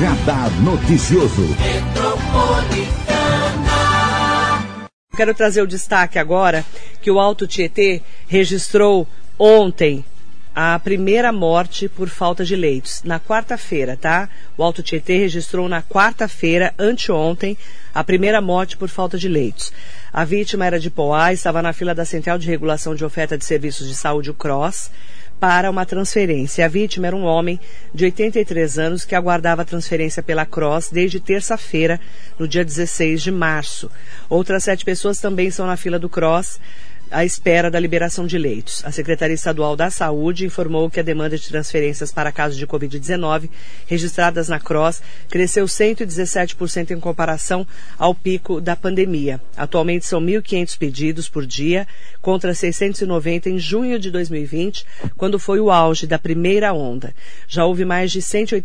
Radar Noticioso. Quero trazer o destaque agora que o Alto Tietê registrou ontem a primeira morte por falta de leitos. Na quarta-feira, tá? O Alto Tietê registrou na quarta-feira, anteontem, a primeira morte por falta de leitos. A vítima era de Poá e estava na fila da Central de Regulação de Oferta de Serviços de Saúde, o CROSS, para uma transferência. A vítima era um homem de 83 anos que aguardava a transferência pela CROSS desde terça-feira, no dia 16 de março. Outras 7 pessoas também estão na fila do CROSS, à espera da liberação de leitos. A Secretaria Estadual da Saúde informou que a demanda de transferências para casos de Covid-19 registradas na CROSS cresceu 117% em comparação ao pico da pandemia. Atualmente são 1.500 pedidos por dia, contra 690 em junho de 2020, quando foi o auge da primeira onda. Já houve mais de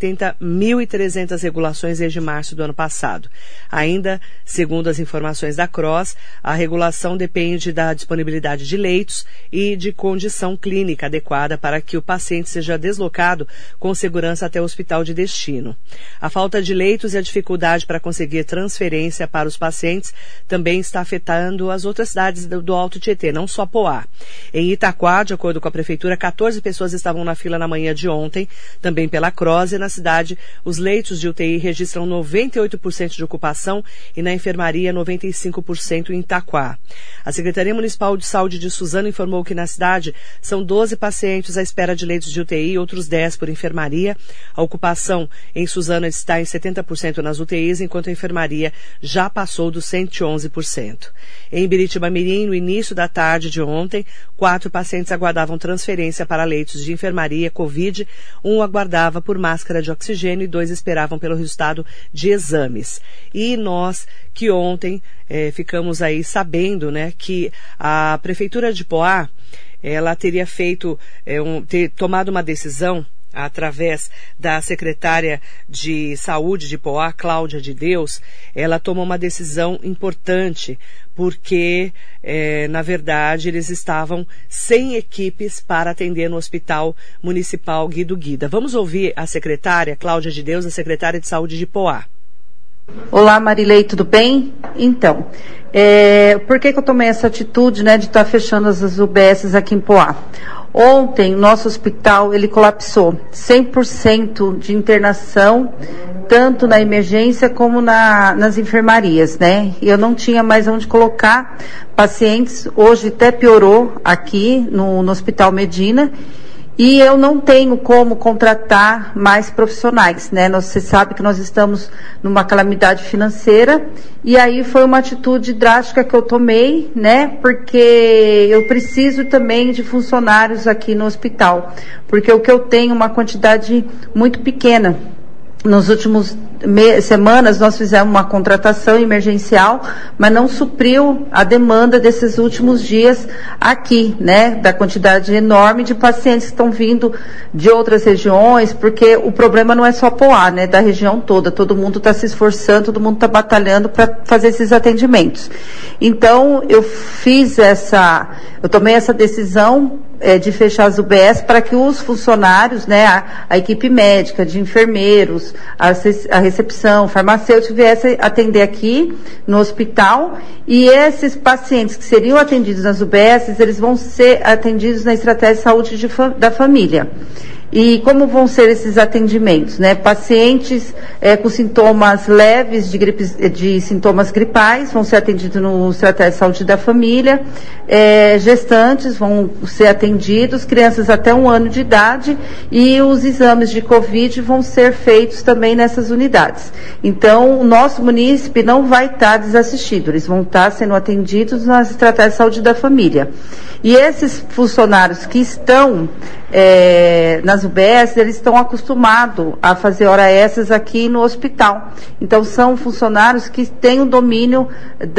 180.300 regulações desde março do ano passado. Ainda, segundo as informações da CROSS, a regulação depende da disponibilidade de leitos e de condição clínica adequada para que o paciente seja deslocado com segurança até o hospital de destino. A falta de leitos e a dificuldade para conseguir transferência para os pacientes também está afetando as outras cidades do Alto Tietê, não só Poá. Em Itaquá, de acordo com a Prefeitura, 14 pessoas estavam na fila na manhã de ontem, também pela CROSS, e na cidade os leitos de UTI registram 98% de ocupação e na enfermaria 95% em Itaquá. A Secretaria Municipal de Saúde de Suzano informou que na cidade são 12 pacientes à espera de leitos de UTI e outros 10 por enfermaria. A ocupação em Suzano está em 70% nas UTIs, enquanto a enfermaria já passou dos 111%. Em Biritiba-Mirim, no início da tarde de ontem, 4 pacientes aguardavam transferência para leitos de enfermaria Covid, 1 aguardava por máscara de oxigênio e 2 esperavam pelo resultado de exames. E nós, que ontem ficamos aí sabendo, né, que a Prefeitura de Poá, ela teria feito, tomado uma decisão através da secretária de Saúde de Poá, Cláudia de Deus. Ela tomou uma decisão importante, porque, na verdade, eles estavam sem equipes para atender no Hospital Municipal Guido Guida. Vamos ouvir a secretária Cláudia de Deus, a secretária de Saúde de Poá. Olá, Marilei, tudo bem? Então, por que eu tomei essa atitude, né, de estar fechando as UBSs aqui em Poá? Ontem, nosso hospital, ele colapsou, 100% de internação, tanto na emergência como nas enfermarias, né? E eu não tinha mais onde colocar pacientes, hoje até piorou aqui no Hospital Medina, e eu não tenho como contratar mais profissionais, né? Você sabe que nós estamos numa calamidade financeira, e aí foi uma atitude drástica que eu tomei, né? Porque eu preciso também de funcionários aqui no hospital, porque o que eu tenho é uma quantidade muito pequena. Nos últimos semanas nós fizemos uma contratação emergencial, mas não supriu a demanda desses últimos dias aqui, né? Da quantidade enorme de pacientes que estão vindo de outras regiões, porque o problema não é só Poá, né? Da região toda, todo mundo está se esforçando, todo mundo está batalhando para fazer esses atendimentos. Então, eu tomei essa decisão de fechar as UBS para que os funcionários, né, a equipe médica, de enfermeiros, a recepção, farmacêutico, viessem atender aqui no hospital, e esses pacientes que seriam atendidos nas UBS, eles vão ser atendidos na estratégia de saúde da família. E como vão ser esses atendimentos, né? Pacientes com sintomas leves de sintomas gripais vão ser atendidos no Estratégia de Saúde da Família, gestantes vão ser atendidos, crianças até 1 ano de idade, e os exames de Covid vão ser feitos também nessas unidades. Então, o nosso munícipe não vai estar desassistido, eles vão estar sendo atendidos nas Estratégias de Saúde da Família. E esses funcionários que estão nas UBS, eles estão acostumados a fazer hora extras aqui no hospital. Então, são funcionários que têm o domínio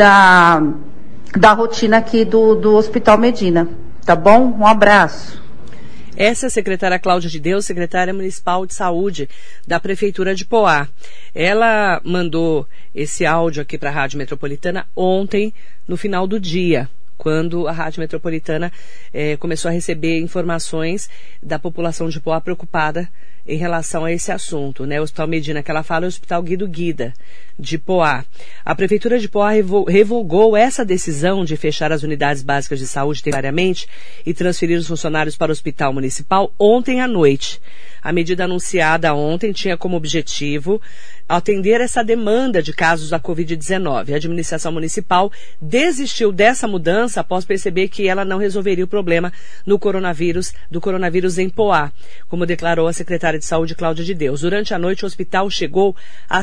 da rotina aqui do Hospital Medina. Tá bom? Um abraço. Essa é a secretária Cláudia de Deus, secretária municipal de saúde da Prefeitura de Poá. Ela mandou esse áudio aqui para a Rádio Metropolitana ontem, no final do dia. quando a Rádio Metropolitana começou a receber informações da população de Poá preocupada em relação a esse assunto, né? O Hospital Medina, que ela fala, é o Hospital Guido Guida, de Poá. A Prefeitura de Poá revogou essa decisão de fechar as unidades básicas de saúde temporariamente e transferir os funcionários para o Hospital Municipal ontem à noite. A medida anunciada ontem tinha como objetivo atender essa demanda de casos da Covid-19. A administração municipal desistiu dessa mudança após perceber que ela não resolveria o problema do coronavírus em Poá, como declarou a secretária de Saúde, Cláudia de Deus. Durante a noite, o hospital chegou a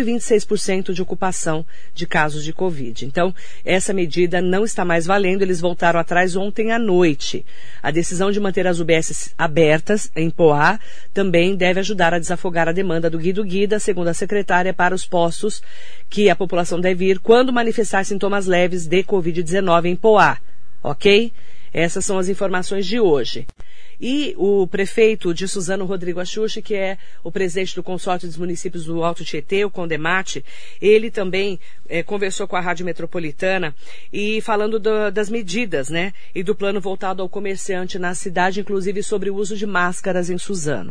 126% de ocupação de casos de Covid. Então, essa medida não está mais valendo. Eles voltaram atrás ontem à noite. A decisão de manter as UBS abertas em Poá também deve ajudar a desafogar a demanda do Guido Guida, segundo a secretária, para os postos que a população deve ir quando manifestar sintomas leves de Covid-19 em Poá. Ok? Essas são as informações de hoje. E o prefeito de Suzano, Rodrigo Axuxi, que é o presidente do consórcio dos municípios do Alto Tietê, o Condemate, ele também conversou com a Rádio Metropolitana e falando das medidas, né, e do plano voltado ao comerciante na cidade, inclusive sobre o uso de máscaras em Suzano.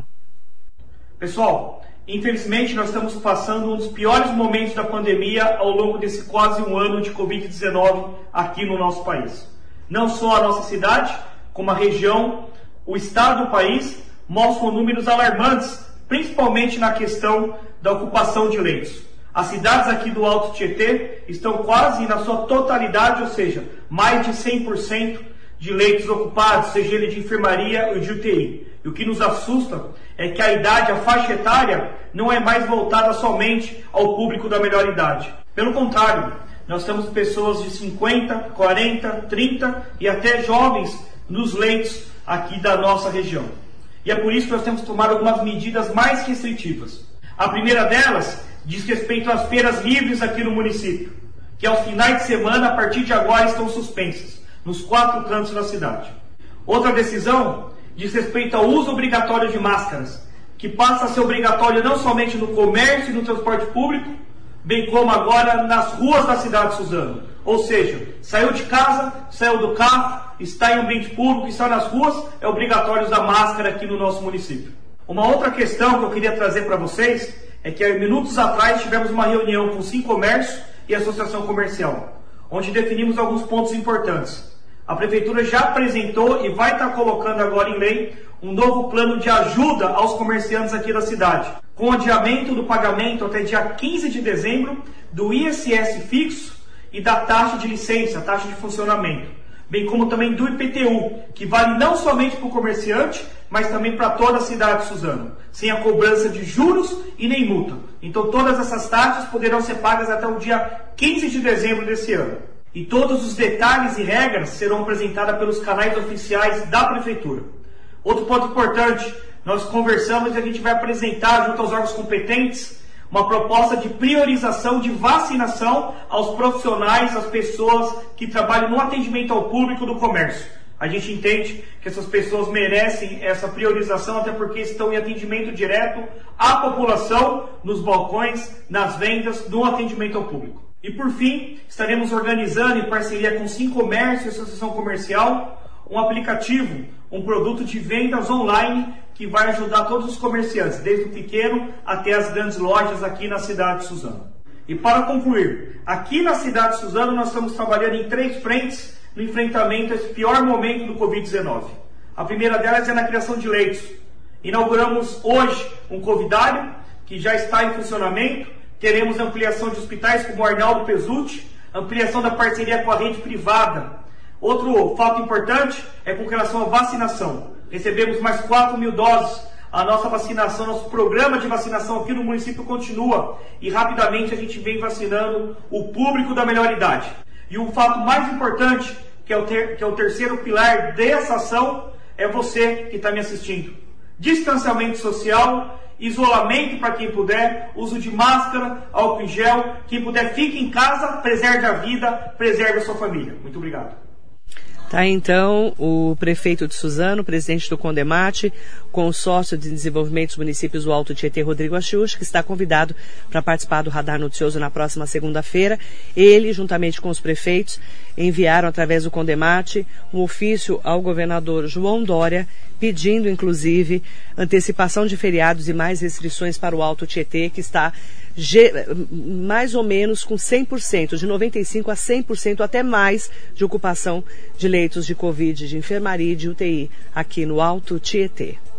Pessoal, infelizmente nós estamos passando um dos piores momentos da pandemia ao longo desse quase um ano de Covid-19 aqui no nosso país. Não só a nossa cidade, como a região, o estado do país mostram números alarmantes, principalmente na questão da ocupação de leitos. As cidades aqui do Alto Tietê estão quase na sua totalidade, ou seja, mais de 100% de leitos ocupados, seja ele de enfermaria ou de UTI. E o que nos assusta é que a idade, a faixa etária, não é mais voltada somente ao público da melhor idade. Pelo contrário, nós temos pessoas de 50, 40, 30 e até jovens nos leitos aqui da nossa região. E é por isso que nós temos que tomar algumas medidas mais restritivas. A primeira delas diz respeito às feiras livres aqui no município, que aos finais de semana, a partir de agora, estão suspensas, nos 4 cantos da cidade. Outra decisão diz respeito ao uso obrigatório de máscaras, que passa a ser obrigatório não somente no comércio e no transporte público, bem como agora nas ruas da cidade de Suzano. Ou seja, saiu de casa, saiu do carro, está em ambiente público, está nas ruas, é obrigatório usar máscara aqui no nosso município. Uma outra questão que eu queria trazer para vocês é que minutos atrás tivemos uma reunião com o Sincomércio e a Associação Comercial, onde definimos alguns pontos importantes. A Prefeitura já apresentou e vai estar colocando agora em lei um novo plano de ajuda aos comerciantes aqui da cidade, com adiamento do pagamento até dia 15 de dezembro do ISS fixo e da taxa de licença, taxa de funcionamento, bem como também do IPTU, que vale não somente para o comerciante, mas também para toda a cidade de Suzano, sem a cobrança de juros e nem multa. Então todas essas taxas poderão ser pagas até o dia 15 de dezembro desse ano. E todos os detalhes e regras serão apresentados pelos canais oficiais da Prefeitura. Outro ponto importante, nós conversamos e a gente vai apresentar junto aos órgãos competentes uma proposta de priorização de vacinação aos profissionais, às pessoas que trabalham no atendimento ao público do comércio. A gente entende que essas pessoas merecem essa priorização, até porque estão em atendimento direto à população, nos balcões, nas vendas, no atendimento ao público. E por fim, estaremos organizando em parceria com o Sincomércio e a Associação Comercial um aplicativo, um produto de vendas online que vai ajudar todos os comerciantes, desde o pequeno até as grandes lojas aqui na cidade de Suzano. E para concluir, aqui na cidade de Suzano nós estamos trabalhando em 3 frentes no enfrentamento a esse pior momento do Covid-19. A primeira delas é na criação de leitos. Inauguramos hoje um covidário que já está em funcionamento. Teremos ampliação de hospitais como o Arnaldo Pesutti, ampliação da parceria com a rede privada. Outro fato importante é com relação à vacinação. Recebemos mais 4.000 doses. A nossa vacinação, nosso programa de vacinação aqui no município continua. E rapidamente a gente vem vacinando o público da melhor idade. E o fato mais importante, que é o terceiro pilar dessa ação, é você que está me assistindo. Distanciamento social, isolamento para quem puder, uso de máscara, álcool em gel. Quem puder, fique em casa, preserve a vida, preserve a sua família. Muito obrigado. Tá, então, o prefeito de Suzano, presidente do Condemate, consórcio de desenvolvimento dos municípios do Alto Tietê, Rodrigo Axux, que está convidado para participar do Radar Noticioso na próxima segunda-feira. Ele, juntamente com os prefeitos, enviaram através do Condemate um ofício ao governador João Dória, pedindo, inclusive, antecipação de feriados e mais restrições para o Alto Tietê, que está mais ou menos com 100%, de 95% a 100%, até mais, de ocupação de leitos de Covid, de enfermaria e de UTI aqui no Alto Tietê.